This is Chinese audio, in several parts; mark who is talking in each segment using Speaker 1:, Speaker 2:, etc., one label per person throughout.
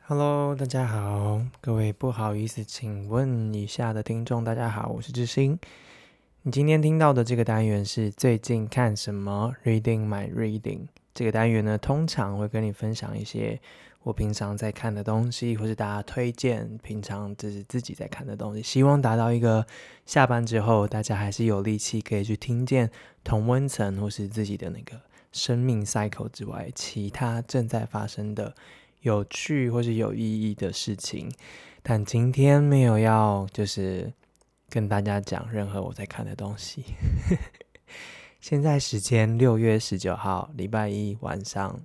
Speaker 1: Hello，大家好，各位不好意思，请问以下的听众，大家好，我是志兴。你今天听到的这个单元是最近看什么 Reading My Reading 这个单元呢，通常会跟你分享一些我平常在看的东西，或是大家推荐平常就是自己在看的东西，希望达到一个下班之后大家还是有力气可以去听见同温层或是自己的那个生命 cycle 之外，其他正在发生的有趣或是有意义的事情。但今天没有要就是跟大家讲任何我在看的东西。现在时间6月19号礼拜一晚上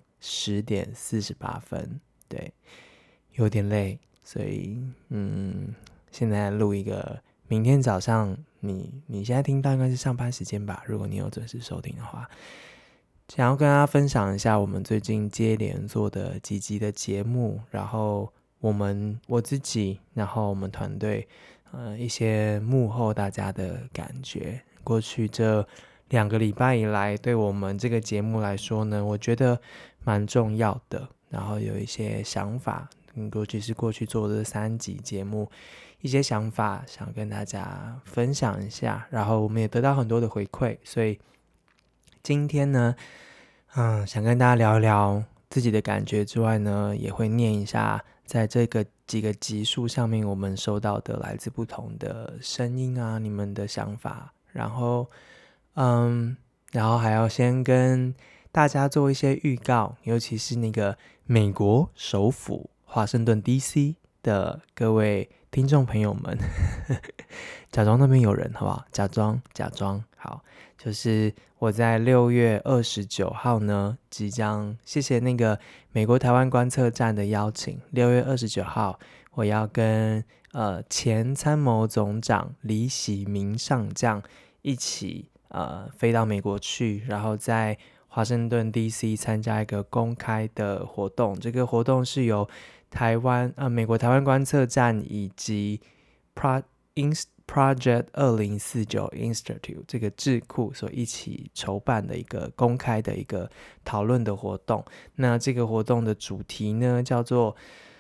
Speaker 1: 10点48分，对，有点累，所以现在录一个明天早上你现在听到应该是上班时间吧，如果你有准时收听的话，想要跟大家分享一下我们最近接连做的几集的节目，然后我自己，然后我们团队一些幕后大家的感觉。过去这2个礼拜以来，对我们这个节目来说呢，我觉得蛮重要的，然后有一些想法，尤其是过去做的3集节目一些想法想跟大家分享一下，然后我们也得到很多的回馈，所以今天呢想跟大家聊一聊自己的感觉之外呢，也会念一下在这个几个集数上面我们收到的来自不同的声音啊，你们的想法，然后还要先跟大家做一些预告，尤其是那个美国首府华盛顿 DC 的各位听众朋友们假装那边有人好不好？假装好，就是我在6月29号呢，即将谢谢那个美国台湾观测站的邀请，6月29号我要跟前参谋总长李喜明上将一起飞到美国去，然后在华盛顿 DC 参加一个公开的活动。这个活动是由美国台湾观测站以及 Project 2049 Institute 这个智库所一起筹办的一个公开的一个讨论的活动。那这个活动的主题呢，叫做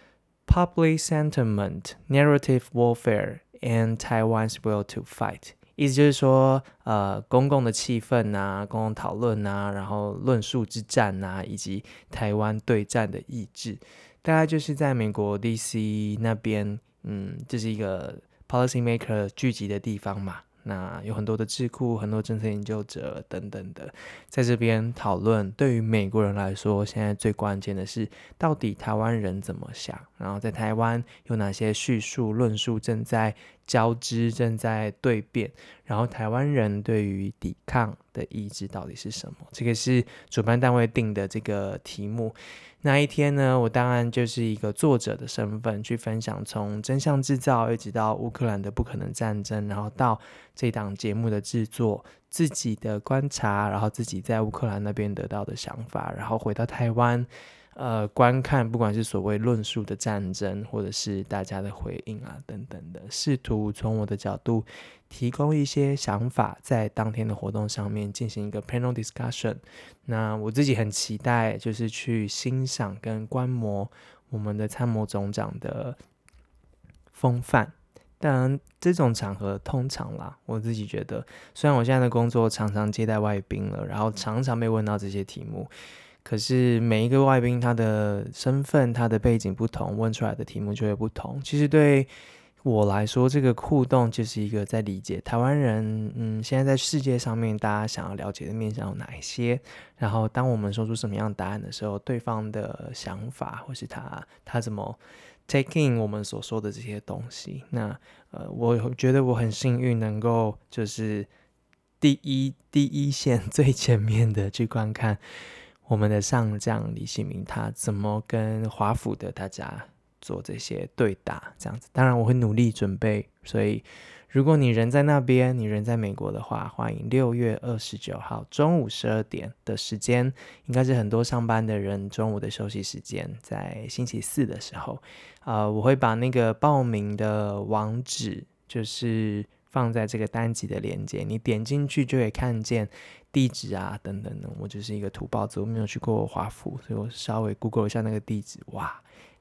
Speaker 1: Public Sentiment, Narrative Warfare and Taiwan's Will to Fight。意思就是说，公共的气氛啊，公共讨论啊，然后论述之战啊，以及台湾对战的意志，大概就是在美国 DC 那边，这是一个 policy maker 聚集的地方嘛。那有很多的智库，很多政策研究者等等的，在这边讨论。对于美国人来说，现在最关键的是，到底台湾人怎么想？然后在台湾有哪些叙述论述正在交织，正在对变？然后台湾人对于抵抗的意志到底是什么？这个是主办单位定的这个题目。那一天呢，我当然就是一个作者的身份去分享从真相制造一直到乌克兰的不可能战争，然后到这档节目的制作，自己的观察，然后自己在乌克兰那边得到的想法，然后回到台湾观看不管是所谓论述的战争，或者是大家的回应啊等等的，试图从我的角度提供一些想法，在当天的活动上面进行一个 panel discussion。那我自己很期待就是去欣赏跟观摩我们的参谋总长的风范。当然这种场合通常啦，我自己觉得虽然我现在的工作常常接待外宾了，然后常常被问到这些题目，可是每一个外宾他的身份他的背景不同，问出来的题目就会不同。其实对我来说，这个互动就是一个在理解台湾人现在在世界上面大家想要了解的面向有哪一些，然后当我们说出什么样的答案的时候，对方的想法或是他怎么 take in 我们所说的这些东西。那我觉得我很幸运能够就是第一线最前面的去观看我们的上将李喜明他怎么跟华府的大家做这些对答，这样子。当然我会努力准备，所以如果你人在那边，你人在美国的话，欢迎6月29号中午12点的时间，应该是很多上班的人中午的休息时间，在星期四的时候我会把那个报名的网址就是放在这个单集的连结，你点进去就可以看见地址啊等等的。我就是一个土包子，我没有去过华府，所以我稍微 Google 一下那个地址，哇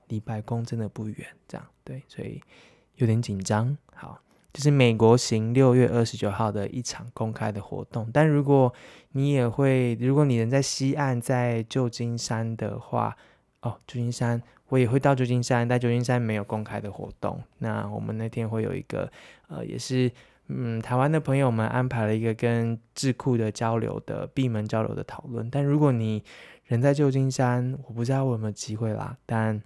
Speaker 1: 离白宫真的不远，这样对，所以有点紧张。好，就是美国行6月29号的一场公开的活动，但如果你人在西岸，在旧金山的话，旧金山我也会到旧金山，但旧金山没有公开的活动。那我们那天会有一个也是台湾的朋友们安排了一个跟智库的闭门交流的讨论。但如果你人在旧金山，我不知道我有没有机会啦，但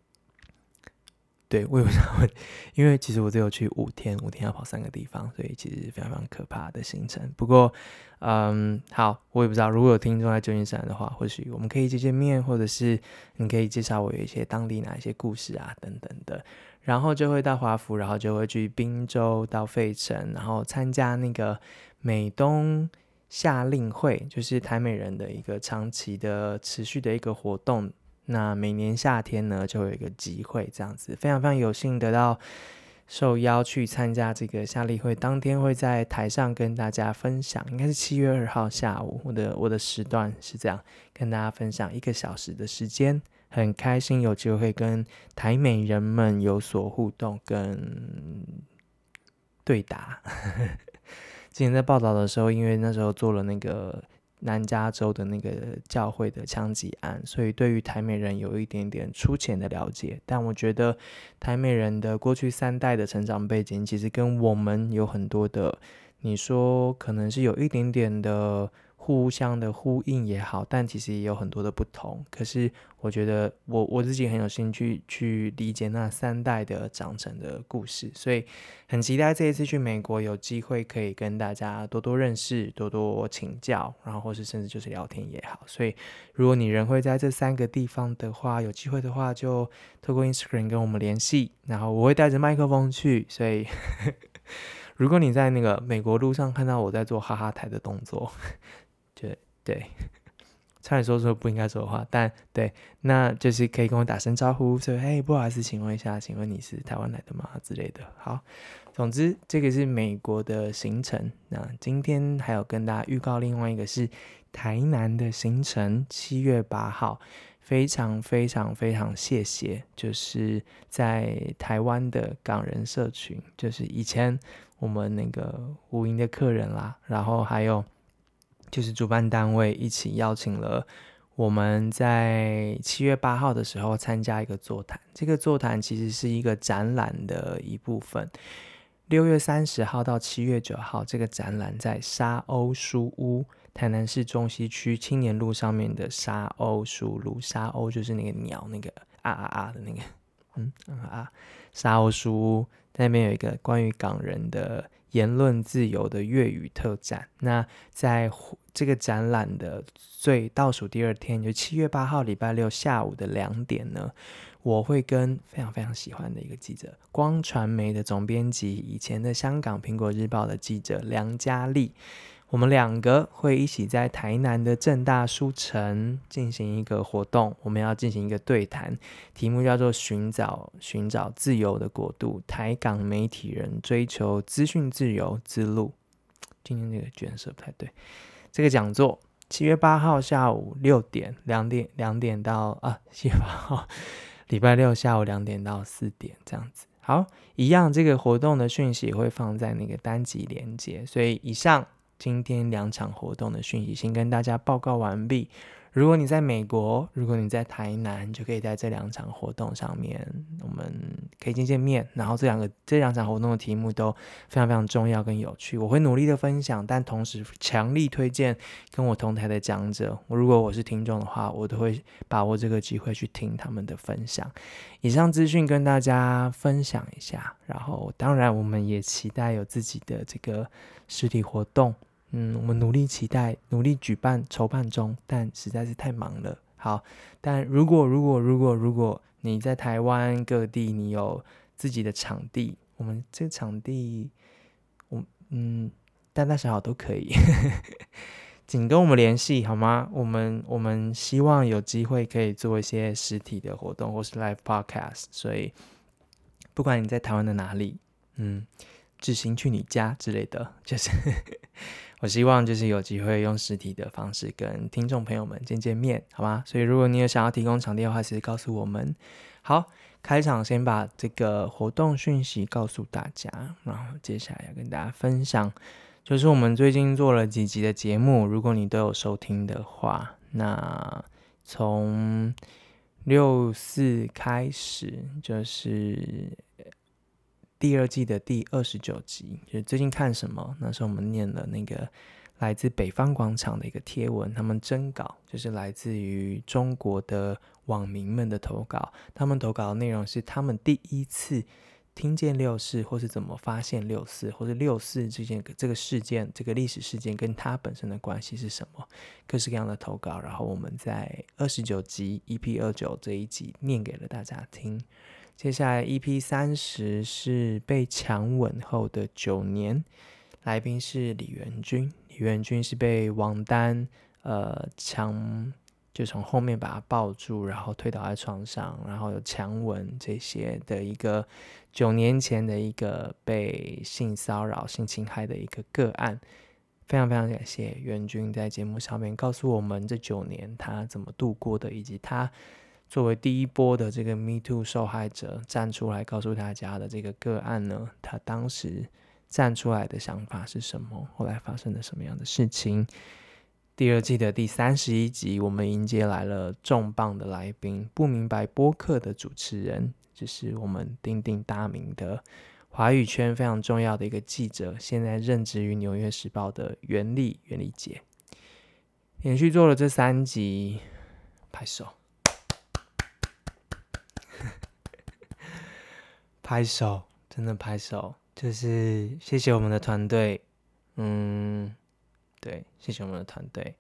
Speaker 1: 对，我也不知道，因为其实我只有去5天要跑3个地方，所以其实非常非常可怕的行程。不过好，我也不知道，如果有听众在旧金山的话，或许我们可以见面，或者是你可以介绍我有一些当地哪一些故事啊等等的。然后就会到华府，然后就会去宾州到费城，然后参加那个美东夏令会，就是台美人的一个长期的持续的一个活动。那每年夏天呢，就有一个集会这样子，非常非常有幸得到受邀去参加这个夏令会。当天会在台上跟大家分享，应该是7月2号下午，我的时段是这样，跟大家分享1个小时的时间，很开心有机会跟台美人们有所互动跟对答。之前在报道的时候，因为那时候做了那个南加州的那个教会的枪击案，所以对于台美人有一点点粗浅的了解。但我觉得台美人的过去3代的成长背景，其实跟我们有很多的，你说可能是有一点点的互相的呼应也好，但其实也有很多的不同。可是我觉得我自己很有兴趣去理解那3代的长成的故事，所以很期待这一次去美国有机会可以跟大家多多认识，多多请教，然后或是甚至就是聊天也好。所以如果你人会在这3个地方的话，有机会的话就透过 Instagram 跟我们联系，然后我会带着麦克风去，所以如果你在那个美国路上看到我在做哈哈台的动作，对，差点说不应该说的话，但对，那就是可以跟我打声招呼，说嘿，不好意思，请问一下，请问你是台湾来的吗之类的。好，总之这个是美国的行程。那今天还有跟大家预告另外一个是台南的行程，7月8号，非常非常非常谢谢，就是在台湾的港人社群，就是以前我们那个无营的客人啦，然后还有就是主办单位一起邀请了我们在7月8号的时候参加一个座谈。这个座谈其实是一个展览的一部分。6月30号到7月9号，这个展览在沙鸥书屋，台南市中西区青年路上面的沙鸥书屋。沙鸥就是那个鸟，那个的那个沙鸥书屋，在那边有一个关于港人的言论自由的粤语特展。那在这个展览的倒数第2天，就7月8号礼拜六下午的2点呢，我会跟非常非常喜欢的一个记者，光传媒的总编辑，以前的香港苹果日报的记者梁嘉丽，我们2个会一起在台南的政大书城进行一个活动。我们要进行一个对谈，题目叫做寻找自由的国度，台港媒体人追求资讯自由之路。今天这个卷舌不太对。这个讲座7月8号下午6点2点到7月8号礼拜六下午2点到4点这样子。好，一样这个活动的讯息会放在那个单集连结，所以以上今天2场活动的讯息先跟大家报告完毕。如果你在美国，如果你在台南，就可以在这2场活动上面，我们可以见面。然后这两场活动的题目都非常非常重要跟有趣，我会努力的分享，但同时强力推荐跟我同台的讲者。如果我是听众的话，我都会把握这个机会去听他们的分享。以上资讯跟大家分享一下，然后当然我们也期待有自己的这个实体活动。我们努力举办筹办中，但实在是太忙了。好，但如果你在台湾各地你有自己的场地，我们这个场地大大小小都可以请跟我们联系好吗？我们希望有机会可以做一些实体的活动或是 live podcast， 所以不管你在台湾的哪里志兴去你家之类的，就是我希望就是有机会用实体的方式跟听众朋友们见面，好吗？所以如果你有想要提供场地的话，其实告诉我们。好，开场先把这个活动讯息告诉大家，然后接下来要跟大家分享，就是我们最近做了几集的节目，如果你都有收听的话，那从6、4开始就是第2季的第29集，就是最近看什么？那时候我们念了那个来自北方广场的一个贴文，他们征稿就是来自于中国的网民们的投稿，他们投稿的内容是他们第一次听见6·4，或是怎么发现6·4，或是6·4这个事件，这个历史事件跟它本身的关系是什么，各式各样的投稿，然后我们在29集 EP29 这一集念给了大家听。接下来 EP30 是被强吻后的9年，来宾是李元君。李元君是被王丹就从后面把他抱住，然后推倒在床上，然后有强吻这些的一个9年前的一个被性骚扰、性侵害的一个个案。非常非常感谢元君在节目上面告诉我们这9年他怎么度过的，以及他作为第一波的这个 Me Too 受害者站出来告诉大家的这个个案呢，他当时站出来的想法是什么，后来发生了什么样的事情。第2季的第31集，我们迎接来了重磅的来宾，不明白播客的主持人，就是我们鼎鼎大名的华语圈非常重要的一个记者，现在任职于纽约时报的袁丽姐。连续做了这3集，拍手拍手，真的拍手，就是谢谢我们的团队，对，谢谢我们的团队。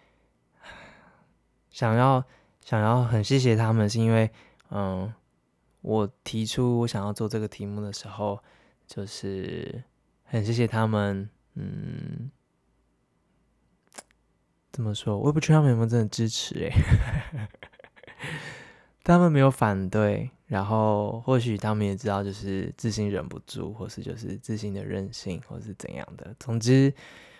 Speaker 1: 想要很谢谢他们，是因为我提出我想要做这个题目的时候，就是很谢谢他们，怎么说？我也不确定他们有没有真的支持他们没有反对，然后或许他们也知道，就是自信忍不住，或是就是自信的任性，或是怎样的。总之，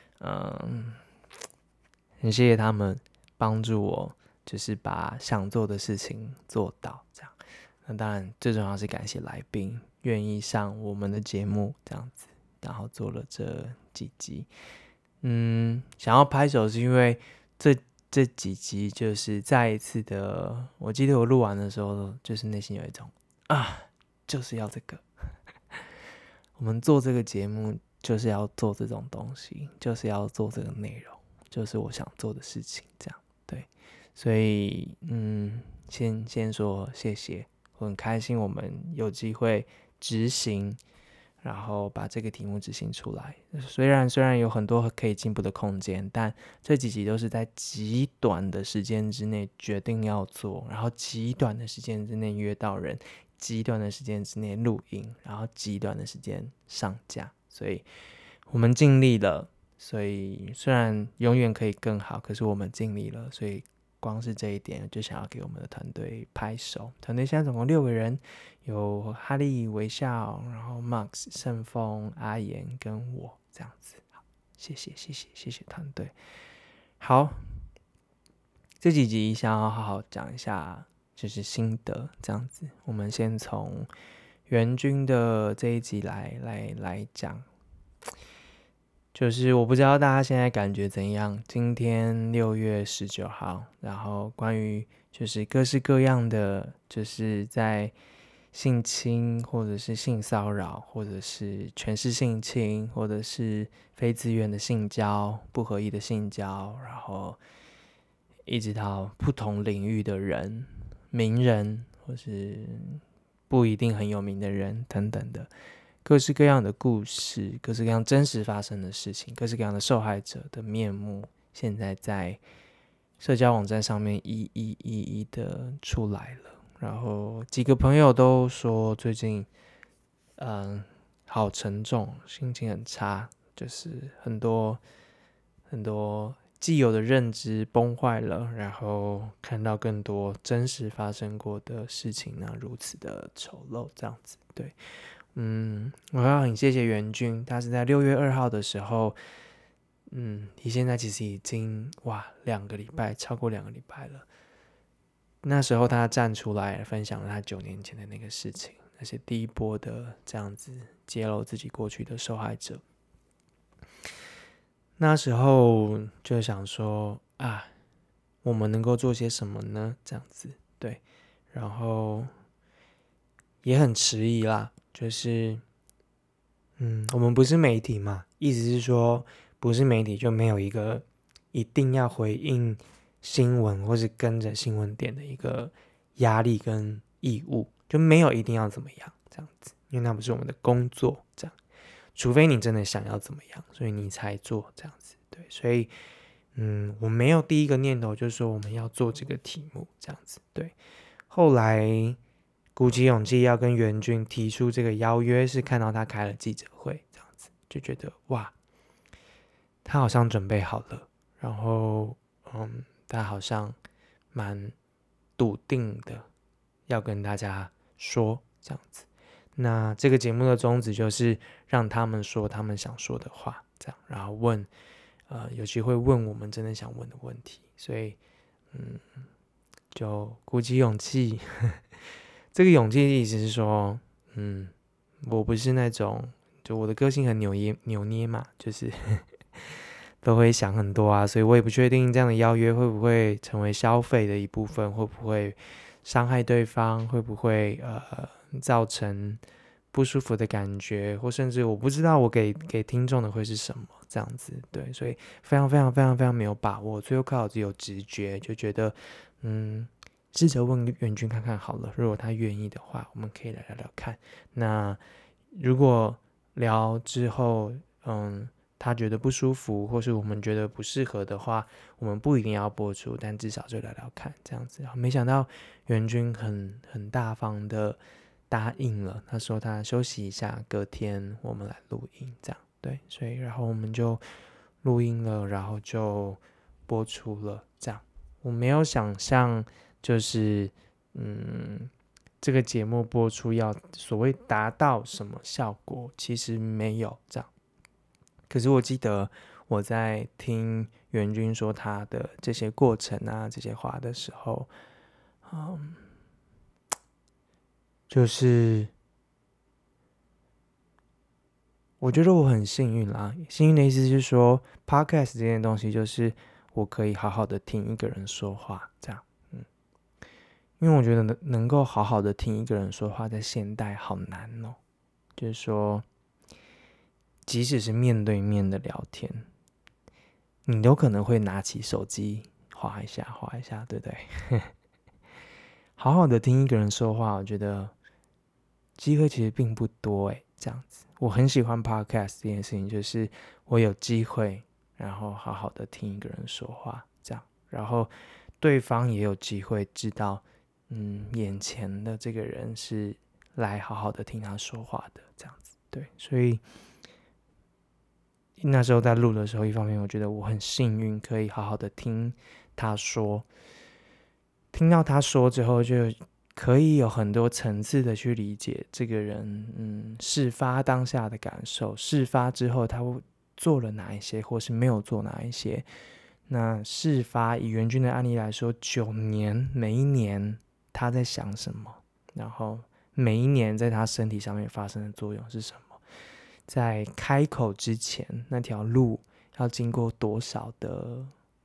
Speaker 1: 很谢谢他们帮助我，就是把想做的事情做到这样。那当然，最重要是感谢来宾愿意上我们的节目这样子，然后做了这几集。想要拍手是因为这几集就是再一次的，我记得我录完的时候，就是内心有一种就是要这个，我们做这个节目就是要做这种东西，就是要做这个内容，就是我想做的事情，这样对，所以先说谢谢，我很开心我们有机会执行。然后把这个题目执行出来，虽然有很多可以进步的空间，但这几集都是在极短的时间之内决定要做，然后极短的时间之内约到人，极短的时间之内录音，然后极短的时间上架，所以我们尽力了。所以虽然永远可以更好，可是我们尽力了，所以光是这一点就想要给我们的团队拍手。团队现在总共6个人，有哈利、微笑，然后 Max、盛峰、阿言跟我这样子。好，谢谢团队。好，这几集想要好好讲一下就是心得这样子。我们先从元君的这一集来讲。就是我不知道大家现在感觉怎样。今天6月19号，然后关于就是各式各样的，就是在性侵或者是性骚扰，或者是权势性侵，或者是非自愿的性交、不合意的性交，然后一直到不同领域的人、名人，或是不一定很有名的人等等的。各式各样的故事，各式各样真实发生的事情，各式各样的受害者的面目，现在在社交网站上面一一的出来了。然后几个朋友都说最近好沉重，心情很差，就是很多既有的认知崩坏了，然后看到更多真实发生过的事情呢，如此的丑陋，这样子。对， 我要很谢谢袁君，他是在6月2号的时候，离现在其实已经2个礼拜，超过2个礼拜了。那时候他站出来分享了他9年前的那个事情，那是第一波的这样子揭露自己过去的受害者。那时候就想说我们能够做些什么呢？这样子，对，然后也很迟疑啦，就是我们不是媒体嘛，意思是说不是媒体就没有一个一定要回应新闻或是跟着新闻点的一个压力跟义务，就没有一定要怎么样这样子，因为那不是我们的工作，这样，除非你真的想要怎么样，所以你才做这样子，对，所以我没有第一个念头就是说我们要做这个题目这样子，对，后来鼓起勇气要跟袁君提出这个邀约，是看到他开了记者会这样子，就觉得他好像准备好了，然后他好像蛮笃定的要跟大家说这样子。那这个节目的宗旨就是让他们说他们想说的话，这样，然后有机会问我们真的想问的问题，所以就鼓起勇气。这个勇气的意思是说，我不是那种，就我的个性很扭捏嘛，就是都会想很多啊，所以我也不确定这样的邀约会不会成为消费的一部分，会不会伤害对方，会不会造成不舒服的感觉，或甚至我不知道我给听众的会是什么这样子，对，所以非常非常非常非常没有把握，最后靠只有直觉，就觉得试着问袁君看看好了，如果他愿意的话，我们可以来聊聊看。那如果聊之后，他觉得不舒服，或是我们觉得不适合的话，我们不一定要播出，但至少就聊聊看这样子。没想到袁君很大方的答应了，他说他休息一下，隔天我们来录音，这样对，所以然后我们就录音了，然后就播出了，这样。我没有想象，就是这个节目播出要所谓达到什么效果，其实没有这样。可是我记得我在听袁君说他的这些过程啊，这些话的时候，就是我觉得我很幸运啦。幸运的意思是说 ，podcast 这件东西就是我可以好好的听一个人说话，这样。因为我觉得能够好好的听一个人说话，在现代好难哦。就是说，即使是面对面的聊天，你都可能会拿起手机滑一下，滑一下，对不对？好好的听一个人说话，我觉得机会其实并不多这样子。我很喜欢 podcast 这件事情，就是我有机会，然后好好的听一个人说话，这样，然后对方也有机会知道，眼前的这个人是来好好的听他说话的，这样子，对，所以那时候在录的时候，一方面我觉得我很幸运，可以好好的听他说，听到他说之后，就可以有很多层次的去理解这个人，事发当下的感受，事发之后他做了哪一些，或是没有做哪一些。那事发以袁君的案例来说，9年，每一年他在想什么，然后每一年在他身体上面发生的作用是什么，在开口之前那条路要经过多少的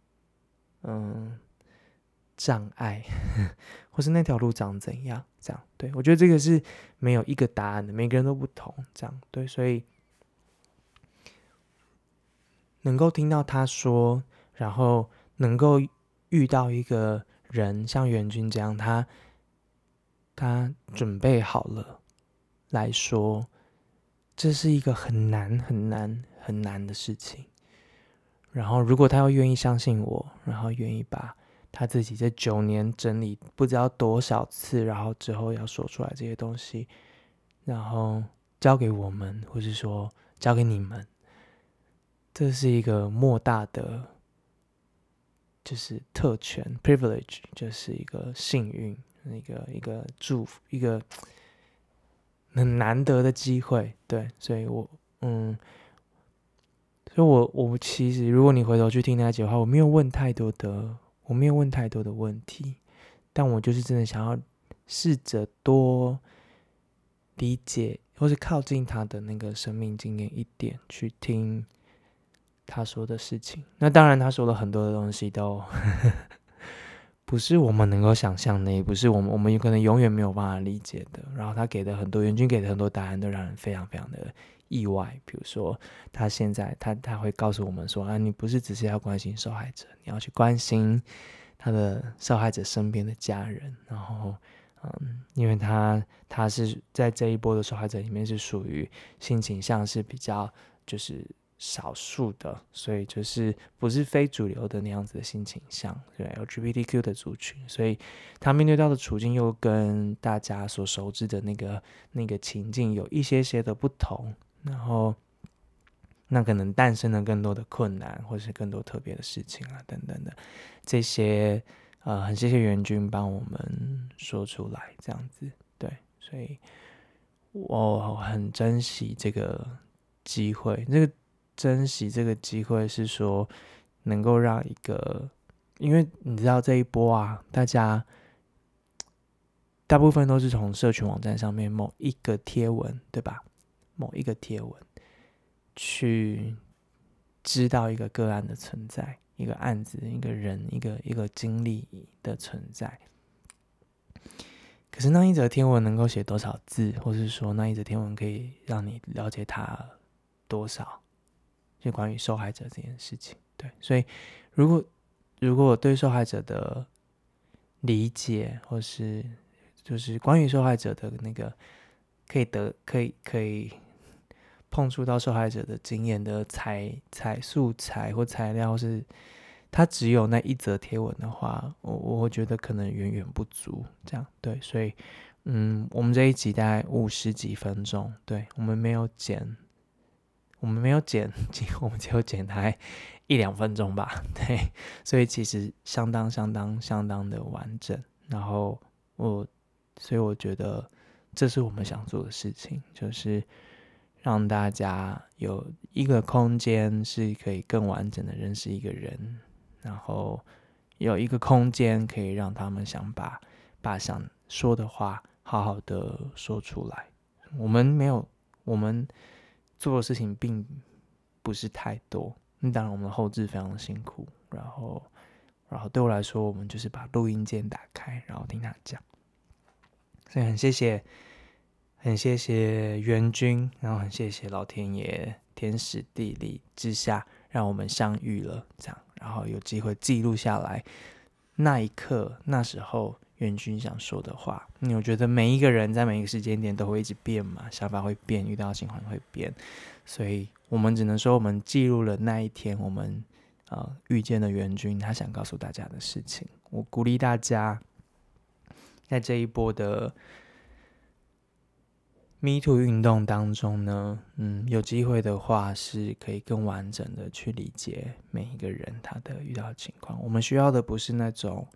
Speaker 1: 障碍，或是那条路长怎样，这样，对，我觉得这个是没有一个答案的，每个人都不同，这样，对，所以能够听到他说，然后能够遇到一个人像袁君这样，他准备好了来说，这是一个很难很难很难的事情。然后如果他要愿意相信我，然后愿意把他自己这9年整理不知道多少次，然后之后要说出来这些东西，然后交给我们，或是说交给你们，这是一个莫大的就是特权 privilege， 就是一个幸运，一个祝福，一个很难得的机会，对，所以我其实如果你回头去听那集的话，我没有问太多的问题，但我就是真的想要试着多理解或是靠近他的那个生命经验一点，去听他说的事情。那当然他说了很多的东西都不是我们能够想象的，也不是我们有可能永远没有办法理解的。然后他给的很多元君给的很多答案都让人非常非常的意外。比如说他现在他会告诉我们说啊，你不是只是要关心受害者，你要去关心他的受害者身边的家人。然后因为他是在这一波的受害者里面是属于性倾向是比较就是少数的，所以就是不是非主流的那样子的性倾向，对 LGBTQ 的族群，所以他面对到的处境又跟大家所熟知的那个情境有一些些的不同，然后那可能诞生了更多的困难，或是更多特别的事情啊等等的这些。很谢谢元君帮我们说出来，这样子，对，所以我很珍惜这个机会。珍惜这个机会是说，能够让一个，因为你知道这一波啊，大家大部分都是从社群网站上面某一个贴文，对吧？某一个贴文去知道一个个案的存在。一个案子，一个人，一个经历的存在。可是那一则天文能够写多少字，或是说那一则天文可以让你了解它多少，就关于受害者这件事情。对，所以如果我对受害者的理解，或是就是关于受害者的那个可以碰触到受害者的经验的素材或材料，或是他只有那一则贴文的话，我觉得可能远远不足。这样对，所以我们这一集大概50几分钟，对，我们没有剪，我们只有剪大概1-2分钟吧，对，所以其实相当的完整。然后所以我觉得这是我们想做的事情，就是让大家有一个空间是可以更完整的认识一个人，然后有一个空间可以让他们把想说的话好好的说出来。我们做的事情并不是太多，当然我们的后制非常的辛苦，然后对我来说，我们就是把录音键打开，然后听他讲。所以很谢谢元君，然后很谢谢老天爷天时地利之下让我们相遇了，这样，然后有机会记录下来那一刻那时候元君想说的话。我觉得每一个人在每一个时间点都会一直变嘛，想法会变，遇到的情况会变，所以我们只能说我们记录了那一天我们遇见了元君他想告诉大家的事情。我鼓励大家在这一波的Me Too 运动当中呢，有机会的话是可以更完整的去理解每一个人他的遇到的情况。我们需要的不是那种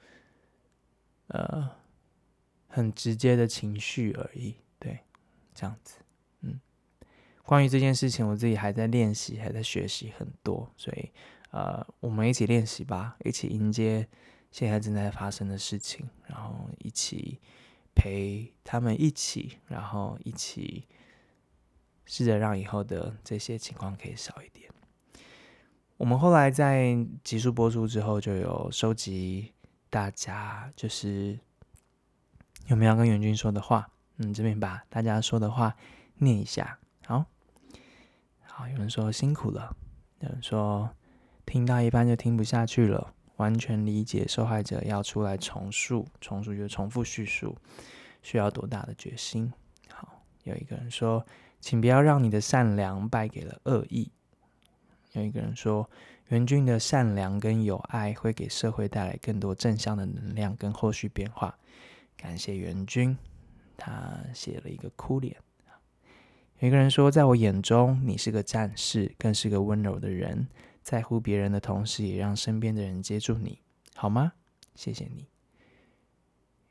Speaker 1: 很直接的情绪而已，对，这样子。关于这件事情，我自己还在练习，还在学习很多，所以我们一起练习吧，一起迎接现在正在发生的事情，然后一起陪他们一起，然后一起试着让以后的这些情况可以少一点。我们后来在集数播出之后，就有收集大家就是有没有要跟元君说的话。这边把大家说的话念一下。好，有人说辛苦了，有人说听到一半就听不下去了，完全理解受害者要出来重述就是重复叙述，需要多大的决心。好，有一个人说请不要让你的善良败给了恶意。有一个人说元君的善良跟友爱会给社会带来更多正向的能量跟后续变化，感谢元君。他写了一个哭脸。有一个人说在我眼中你是个战士，更是个温柔的人，在乎别人的同时也让身边的人接住你，好吗？谢谢你。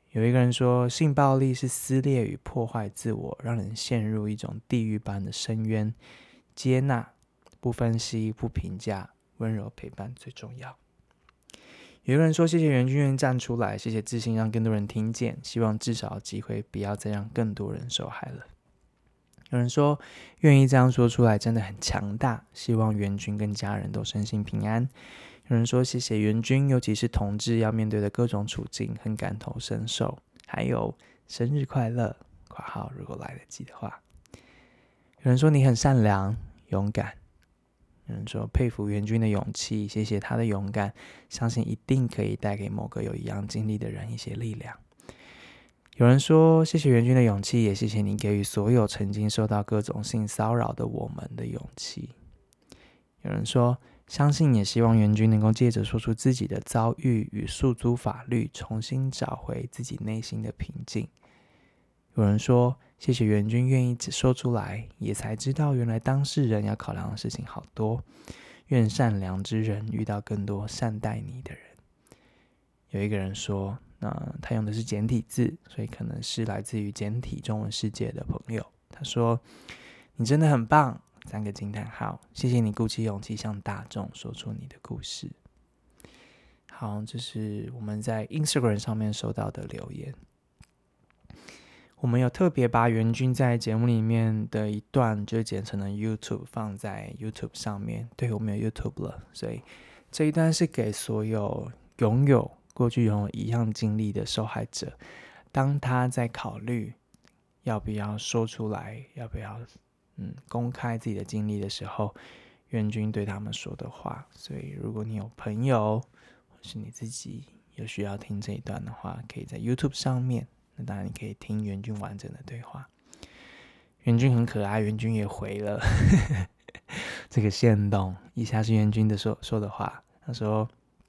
Speaker 1: 有一个人说，性暴力是撕裂与破坏自我，让人陷入一种地狱般的深渊。接纳，不分析，不评价，温柔陪伴最重要。有一个人说，谢谢袁君愿意站出来，谢谢自信让更多人听见，希望至少有机会不要再让更多人受害了。有人说，愿意这样说出来真的很强大，希望袁君跟家人都身心平安。有人说，谢谢袁君，尤其是同志要面对的各种处境，很感同身受。还有生日快乐（括号如果来得及的话）。有人说你很善良勇敢，有人说佩服袁君的勇气，谢谢他的勇敢，相信一定可以带给某个有一样经历的人一些力量。有人说谢谢袁君的勇气，也谢谢你给予所有曾经受到各种性骚扰的我们的勇气。有人说相信也希望袁君能够借着说出自己的遭遇与诉诸法律，重新找回自己内心的平静。有人说谢谢袁君愿意说出来，也才知道原来当事人要考量的事情好多，愿善良之人遇到更多善待你的人。有一个人说他用的是简体字，所以可能是来自于简体中文世界的朋友。他说你真的很棒，3个惊叹号，谢谢你鼓起勇气向大众说出你的故事。好，这是我们在 Instagram 上面收到的留言。我们有特别把袁君在节目里面的一段就剪成了 YouTube， 放在 YouTube 上面。对，我们有 YouTube 了，所以这一段是给所有过去拥有一样经历的受害者，当他在考虑要不要说出来，要不要公开自己的经历的时候，袁君对他们说的话。所以如果你有朋友或是你自己有需要听这一段的话，可以在 YouTube 上面，那当然你可以听袁君完整的对话。袁君很可爱，袁君也回了这个限动，以下是袁君的说的话。他说，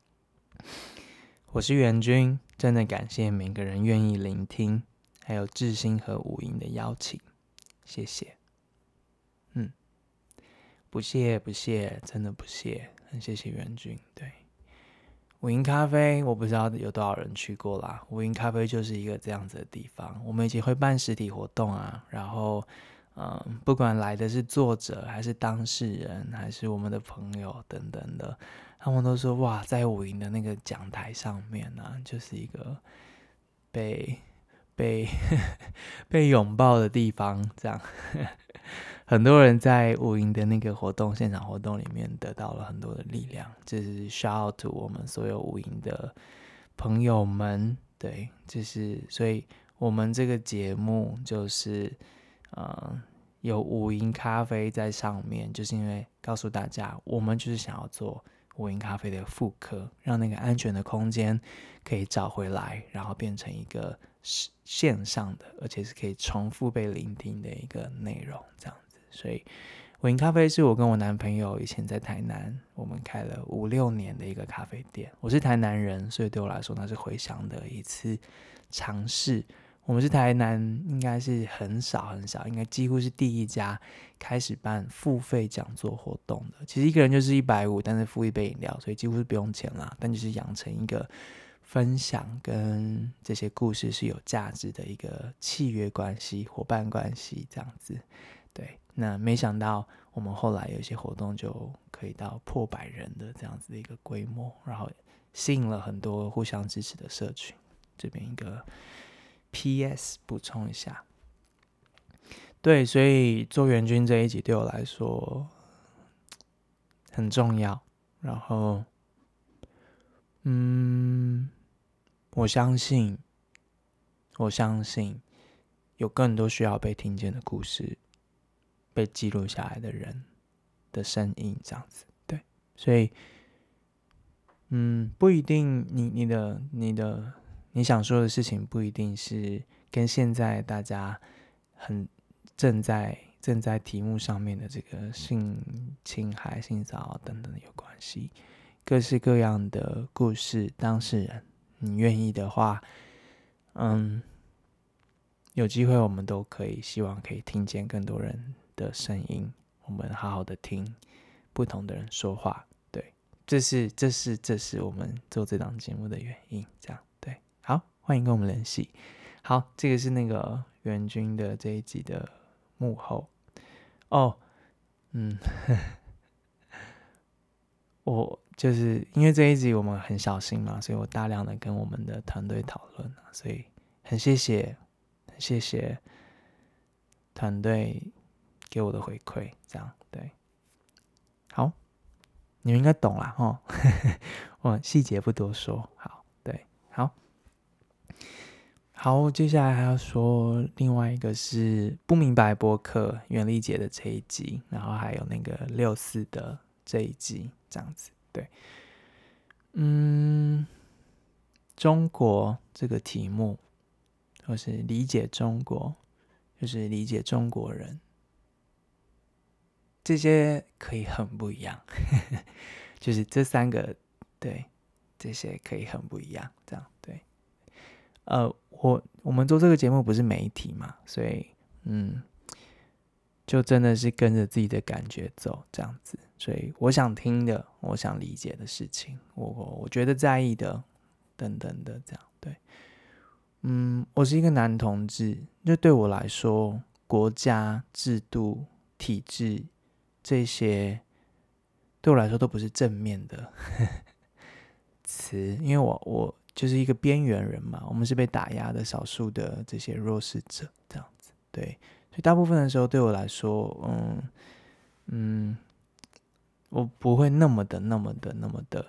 Speaker 1: 我是袁君，真的感谢每个人愿意聆听，还有志兴和武营的邀请，谢谢。不谢，真的不谢，很谢谢袁君。对，武营咖啡我不知道有多少人去过啦，武营咖啡就是一个这样子的地方，我们以前会办实体活动啊，然后不管来的是作者还是当事人还是我们的朋友等等的，他们都说哇，在武营的那个讲台上面啊，就是一个被拥抱的地方，这样很多人在武营的那个现场活动里面得到了很多的力量，这是 shout out to 我们所有武营的朋友们。对，就是所以我们这个节目就是有武营咖啡在上面，就是因为告诉大家我们就是想要做武营咖啡的复刻，让那个安全的空间可以找回来，然后变成一个线上的，而且是可以重复被聆听的一个内容，这样子。所以武营咖啡是我跟我男朋友以前在台南，我们开了5-6年的一个咖啡店。我是台南人，所以对我来说那是回乡的一次尝试。我们是台南应该是很少，应该几乎是第一家开始办付费讲座活动的。其实一个人就是150，但是付一杯饮料，所以几乎是不用钱啦，但就是养成一个分享跟这些故事是有价值的一个契约关系、伙伴关系这样子。对，那没想到我们后来有一些活动就可以到破100人的这样子的一个规模，然后吸引了很多互相支持的社群。这边一个 PS 补充一下。对，所以做袁君这一集对我来说很重要，然后我相信有更多需要被听见的故事，被记录下来的人的声音，这样子。对，所以不一定你想说的事情不一定是跟现在大家很正在题目上面的这个性侵害、性骚扰等等的有关系。各式各样的故事，当事人，你愿意的话，有机会我们都希望可以听见更多人的声音，我们好好的听不同的人说话。对，这是我们做这档节目的原因，这样。对，好， 欢迎跟我们联系。好，这个是那个援军的这一集的幕后哦，我就是因为这一集我们很小心嘛，所以我大量的跟我们的团队讨论所以很谢谢团队给我的回馈，这样对。好，你们应该懂啦齁，我细节不多说。好，对，好，接下来还要说另外一个是不明白播客袁丽姐的这一集，然后还有那个64的这一集，这样子。对，中国这个题目，或是理解中国，就是理解中国人，这些可以很不一样，就是这三个，对，这些可以很不一样，这样对。我们做这个节目不是媒体嘛，所以就真的是跟着自己的感觉走这样子。所以我想听的，我想理解的事情，我觉得在意的，等等的这样对。我是一个男同志，就对我来说，国家制度体制这些对我来说都不是正面的词，因为我就是一个边缘人嘛，我们是被打压的少数的这些弱势者，这样子，对，所以大部分的时候对我来说，我不会那么的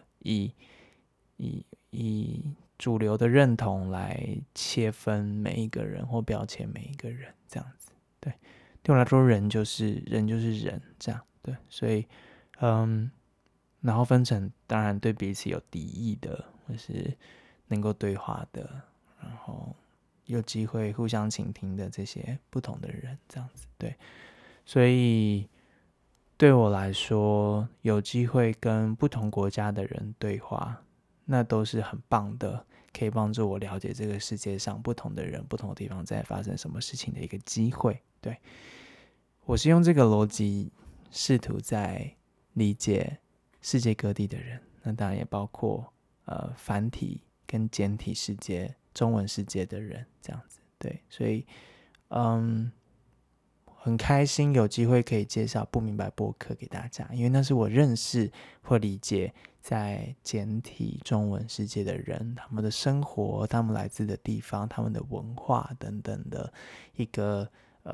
Speaker 1: 以主流的认同来切分每一个人或标签每一个人，这样子，对，对我来说人就是人，这样，对，所以然后分成当然对彼此有敌意的，或是能够对话的，然后有机会互相倾听的这些不同的人，这样子对。所以对我来说，有机会跟不同国家的人对话，那都是很棒的，可以帮助我了解这个世界上不同的人、不同的地方在发生什么事情的一个机会。对，我是用这个逻辑试图在理解世界各地的人，那当然也包括繁体跟简体世界、中文世界的人，这样子。对，所以很开心有机会可以介绍不明白播客给大家，因为那是我认识或理解在简体中文世界的人，他们的生活、他们来自的地方、他们的文化等等的一个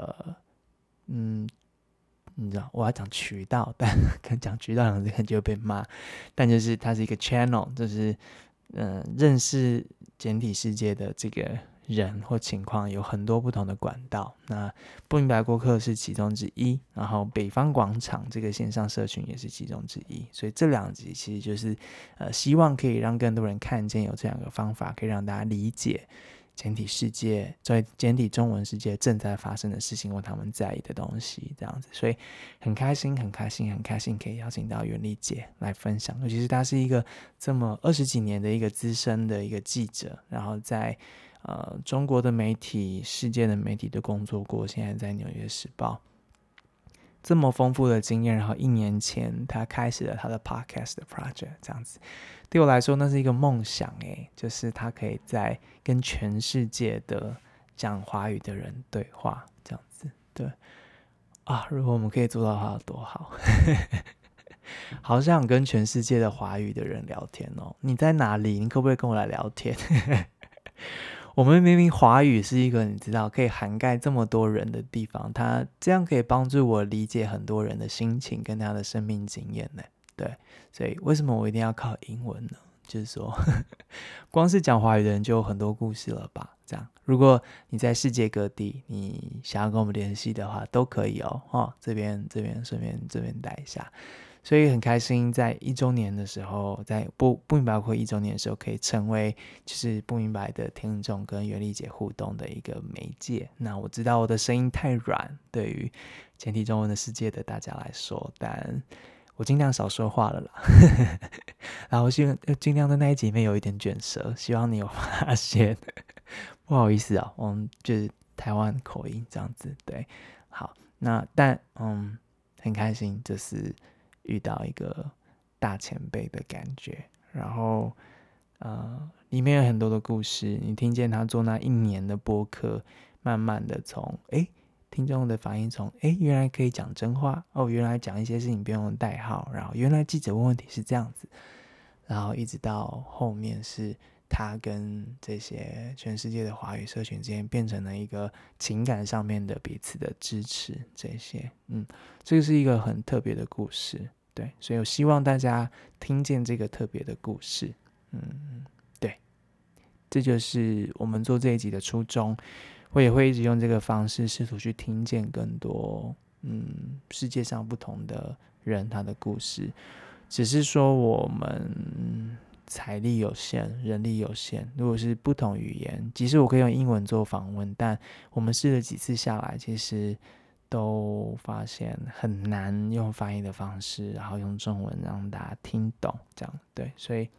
Speaker 1: 你知道我要讲渠道，但讲渠道两个字就会被骂，但就是它是一个 channel， 就是认识简体世界的这个人或情况有很多不同的管道。那不明白播客是其中之一，然后北方广场这个线上社群也是其中之一。所以这两集其实就是希望可以让更多人看见有这两个方法，可以让大家理解简体世界，在简体中文世界正在发生的事情或他们在意的东西，这样子，所以很开心可以邀请到袁丽姐来分享，尤其是她是一个这么20几年的一个资深的一个记者，然后在中国的媒体、世界的媒体都工作过，现在在纽约时报。这么丰富的经验，然后1年前他开始了他的 podcast 的 project， 这样子，对我来说那是一个梦想就是他可以在跟全世界的讲华语的人对话，这样子，对如果我们可以做到的话有多好。好想跟全世界的华语的人聊天哦，你在哪里？你可不可以跟我来聊天？我们明明华语是一个你知道可以涵盖这么多人的地方，它这样可以帮助我理解很多人的心情跟他的生命经验呢。对，所以为什么我一定要靠英文呢？就是说光是讲华语的人就有很多故事了吧，这样如果你在世界各地你想要跟我们联系的话都可以这边顺便这边带一下。所以很开心在1周年的时候，在不明白会1周年的时候，可以成为就是不明白的听众跟袁丽姐互动的一个媒介。那我知道我的声音太软，对于简体中文的世界的大家来说，但我尽量少说话了啦。然后尽量在那一集里面有一点卷舌，希望你有发现。不好意思我们就是台湾口音这样子，对，好，那但很开心，就是遇到一个大前辈的感觉，然后里面有很多的故事，你听见他做那1年的播客，慢慢的从听众的反应从原来可以讲真话哦，原来讲一些事情不用代号，然后原来记者问问题是这样子，然后一直到后面是他跟这些全世界的华语社群之间变成了一个情感上面的彼此的支持，这些这个是一个很特别的故事，对，所以我希望大家听见这个特别的故事，对，这就是我们做这一集的初衷。我也会一直用这个方式试图去听见更多世界上不同的人他的故事，只是说我们财力有限，人力有限，如果是不同语言，即使我可以用英文做访问，但我们试了几次下来，其实都发现很难用翻译的方式，然后用中文让大家听懂，这样对，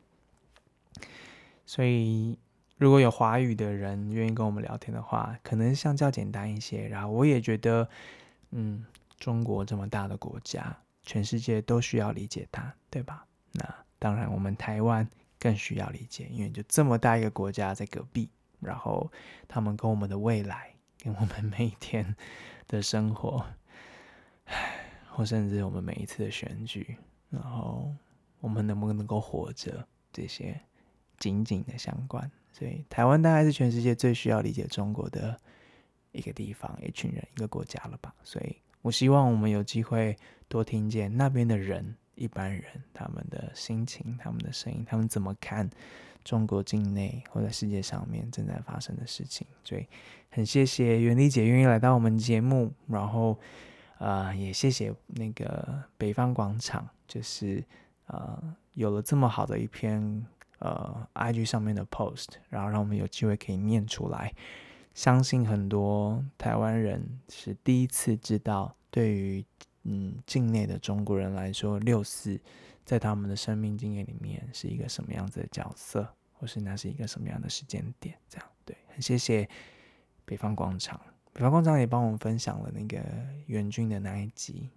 Speaker 1: 所以如果有华语的人愿意跟我们聊天的话，可能相较简单一些。然后我也觉得，中国这么大的国家，全世界都需要理解它，对吧？那当然，我们台湾更需要理解，因为就这么大一个国家在隔壁，然后他们跟我们的未来，跟我们每一天的生活，或甚至我们每一次的选举，然后我们能不能够活着，这些紧紧的相关。所以台湾大概是全世界最需要理解中国的一个地方，一群人，一个国家了吧。所以我希望我们有机会多听见那边的人，一般人他们的心情，他们的声音，他们怎么看中国境内或在世界上面正在发生的事情。所以很谢谢袁丽姐愿意来到我们节目，然后也谢谢那个北方广场，就是有了这么好的一篇IG 上面的 post， 然后让我们有机会可以念出来。相信很多台湾人是第一次知道，对于境内的中国人来说，6·4在他们的生命经验里面是一个什么样子的角色，或是那是一个什么样的时间点，这样对，很谢谢北方广场。北方广场也帮我们分享了那个援军的那一集，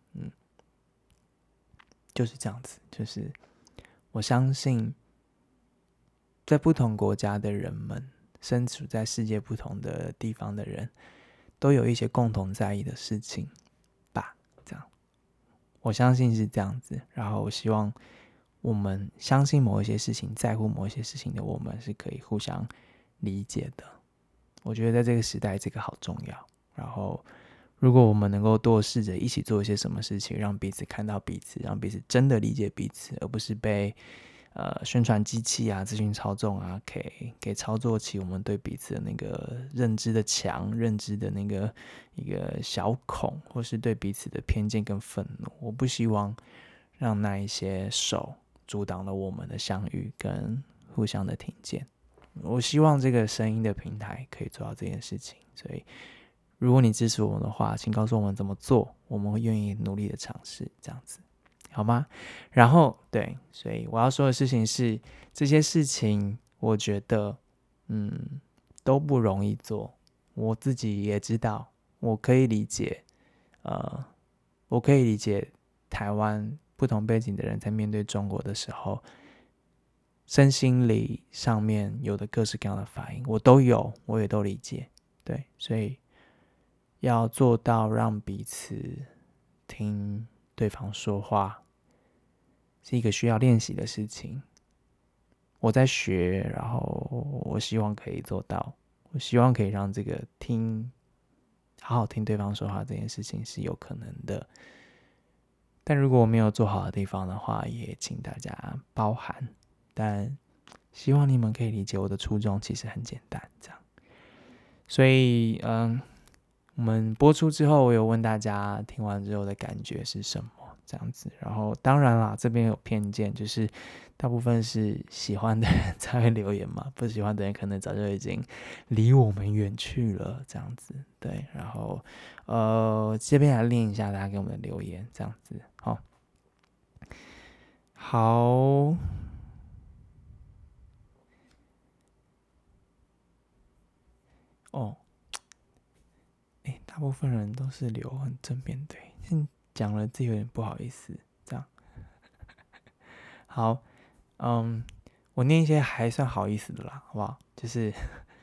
Speaker 1: 就是这样子，就是我相信在不同国家的人们，身处在世界不同的地方的人，都有一些共同在意的事情吧，这样我相信是这样子。然后我希望我们相信某一些事情，在乎某一些事情的我们是可以互相理解的。我觉得在这个时代这个好重要。然后如果我们能够多试着一起做一些什么事情，让彼此看到彼此，让彼此真的理解彼此，而不是被宣传机器啊、资讯操纵啊给操作起我们对彼此的那个认知的墙、认知的那个一个小孔，或是对彼此的偏见跟愤怒。我不希望让那一些手阻挡了我们的相遇跟互相的听见。我希望这个声音的平台可以做到这件事情，所以如果你支持我们的话，请告诉我们怎么做，我们会愿意努力的尝试，这样子好吗？然后对，所以我要说的事情是，这些事情我觉得都不容易做，我自己也知道，我可以理解我可以理解台湾不同背景的人在面对中国的时候，身心理上面有的各式各样的反应，我都有，我也都理解。对，所以要做到让彼此听对方说话，是一个需要练习的事情。我在学，然后我希望可以做到，我希望可以让这个好好听对方说话这件事情是有可能的。但如果我没有做好的地方的话，也请大家包涵。但希望你们可以理解我的初衷其实很简单，这样。所以我们播出之后，我有问大家听完之后的感觉是什么，这样子。然后当然啦，这边有偏见，就是大部分是喜欢的人才会留言嘛，不喜欢的人可能早就已经离我们远去了，这样子。对，然后这边来念一下大家给我们的留言，这样子。好。大部分人都是留很正面对，讲了自己有点不好意思，这样。好， 我念一些还算好意思的啦，好不好？就是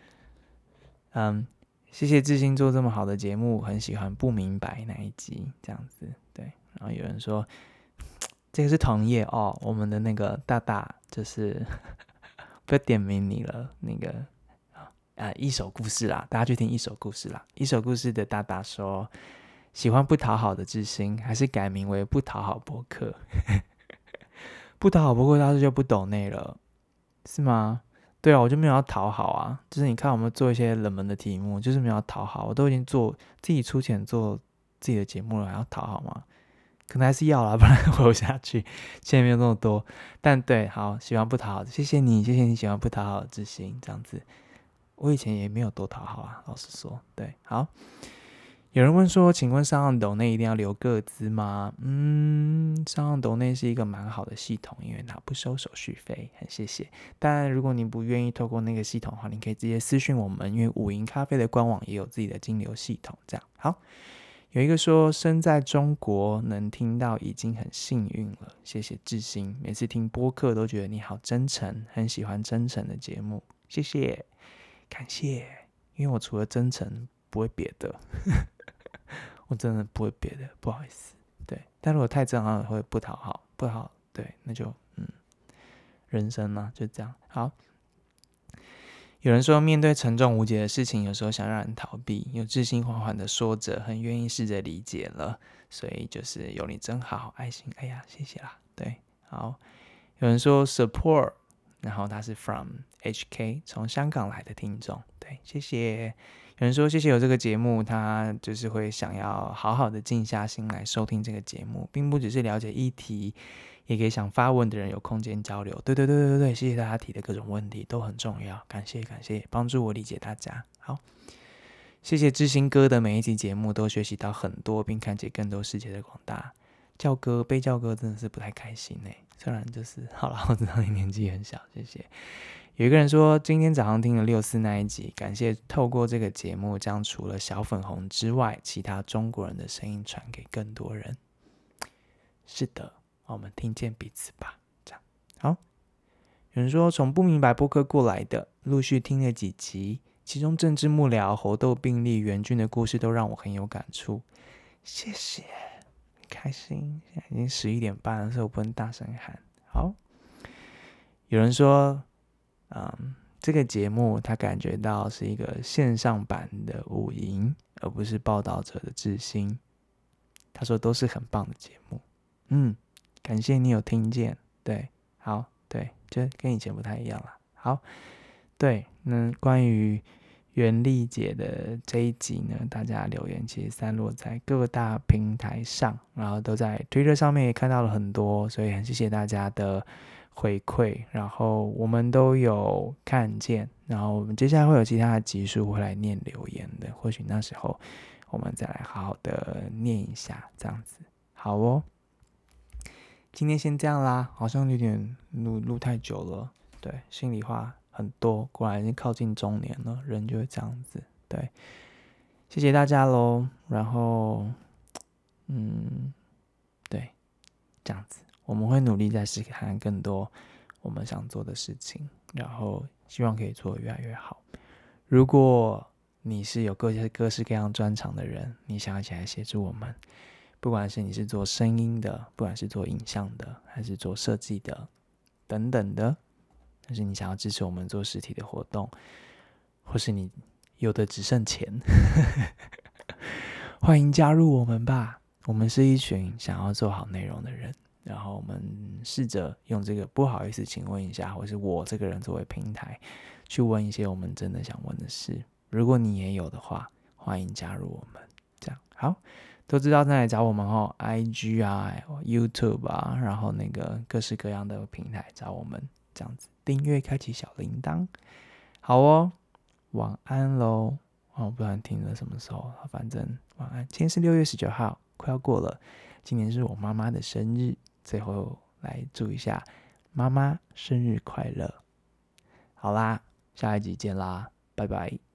Speaker 1: 谢谢志兴做这么好的节目，很喜欢不明白那一集这样子，对。然后有人说这个是同业哦，我们的那个大大就是不要点名你了，那个一首故事啦，大家去听一首故事啦。一首故事的大大说，喜欢不讨好的志兴，还是改名为不讨好播客。不讨好播客，他就不抖内了，是吗？对啊，我就没有要讨好啊，就是你看我们做一些冷门的题目，就是没有要讨好，我都已经自己出钱做自己的节目了，还要讨好吗？可能还是要啦，不然活不下去。钱没有那么多，但对，好，喜欢不讨好的，谢谢你喜欢不讨好的之心，这样子。我以前也没有多讨好啊，老实说，对，好。有人问说，请问上岸斗内一定要留个资吗？上岸斗内是一个蛮好的系统，因为它不收手续费，很谢谢。但如果你不愿意透过那个系统的话，你可以直接私讯我们，因为五营咖啡的官网也有自己的金流系统。这样好。有一个说，身在中国能听到已经很幸运了，谢谢志兴。每次听播客都觉得你好真诚，很喜欢真诚的节目，谢谢，感谢。因为我除了真诚不会别的。我真的不会别的，不好意思。对，但如果太正好会不讨好，不好，对，那就人生嘛，就这样。好，有人说面对沉重无解的事情，有时候想让人逃避，有志心缓缓的说着，很愿意试着理解了，所以就是有你真好，爱心，哎呀，谢谢啦。对，好，有人说 support， 然后他是 from HK， 从香港来的听众，对，谢谢。有人说谢谢有这个节目，他就是会想要好好的静下心来收听这个节目，并不只是了解议题，也给想发问的人有空间交流。对，谢谢大家提的各种问题都很重要，感谢，帮助我理解大家。好，谢谢知心哥的每一集节目都学习到很多，并看见更多世界的广大。叫哥被叫哥真的是不太开心虽然就是好了，我知道你年纪很小，谢谢。有一个人说，今天早上听了64那一集，感谢透过这个节目，将除了小粉红之外，其他中国人的声音传给更多人。是的，我们听见彼此吧。这样好。有人说，从不明白播客过来的，陆续听了几集，其中政治幕僚、猴痘病例、援军的故事都让我很有感触。谢谢，很开心。现在已经11点半了，所以我不能大声喊。好。有人说，这个节目他感觉到是一个线上版的五营，而不是报道者的志心。他说都是很棒的节目。感谢你有听见。对，好，对，就跟以前不太一样了。好，对，那关于袁丽姐的这一集呢，大家留言其实散落在各大平台上，然后都在 Twitter 上面也看到了很多，所以很谢谢大家的回馈，然后我们都有看见，然后我们接下来会有其他的集数会来念留言的，或许那时候我们再来好好的念一下，这样子。好哦，今天先这样啦，好像有点录太久了，对，心里话很多，果然已经靠近中年了，人就会这样子。对，谢谢大家咯，然后对，这样子我们会努力再试看更多我们想做的事情，然后希望可以做得越来越好。如果你是有各式各样专长的人，你想要一起来协助我们，不管是你是做声音的，不管是做影像的，还是做设计的等等的，但是你想要支持我们做实体的活动，或是你有的只剩钱欢迎加入我们吧。我们是一群想要做好内容的人，然后我们试着用这个不好意思请问一下，或是我这个人作为平台去问一些我们真的想问的事。如果你也有的话，欢迎加入我们。这样好，都知道在哪里找我们哦， IG 啊 YouTube 啊，然后那个各式各样的平台找我们，这样子订阅开启小铃铛。好哦，晚安咯。我不知道你听了什么时候，反正晚安。今天是6月19号，快要过了。今年是我妈妈的生日，最后来祝一下妈妈生日快乐。好啦，下一集见啦，拜拜。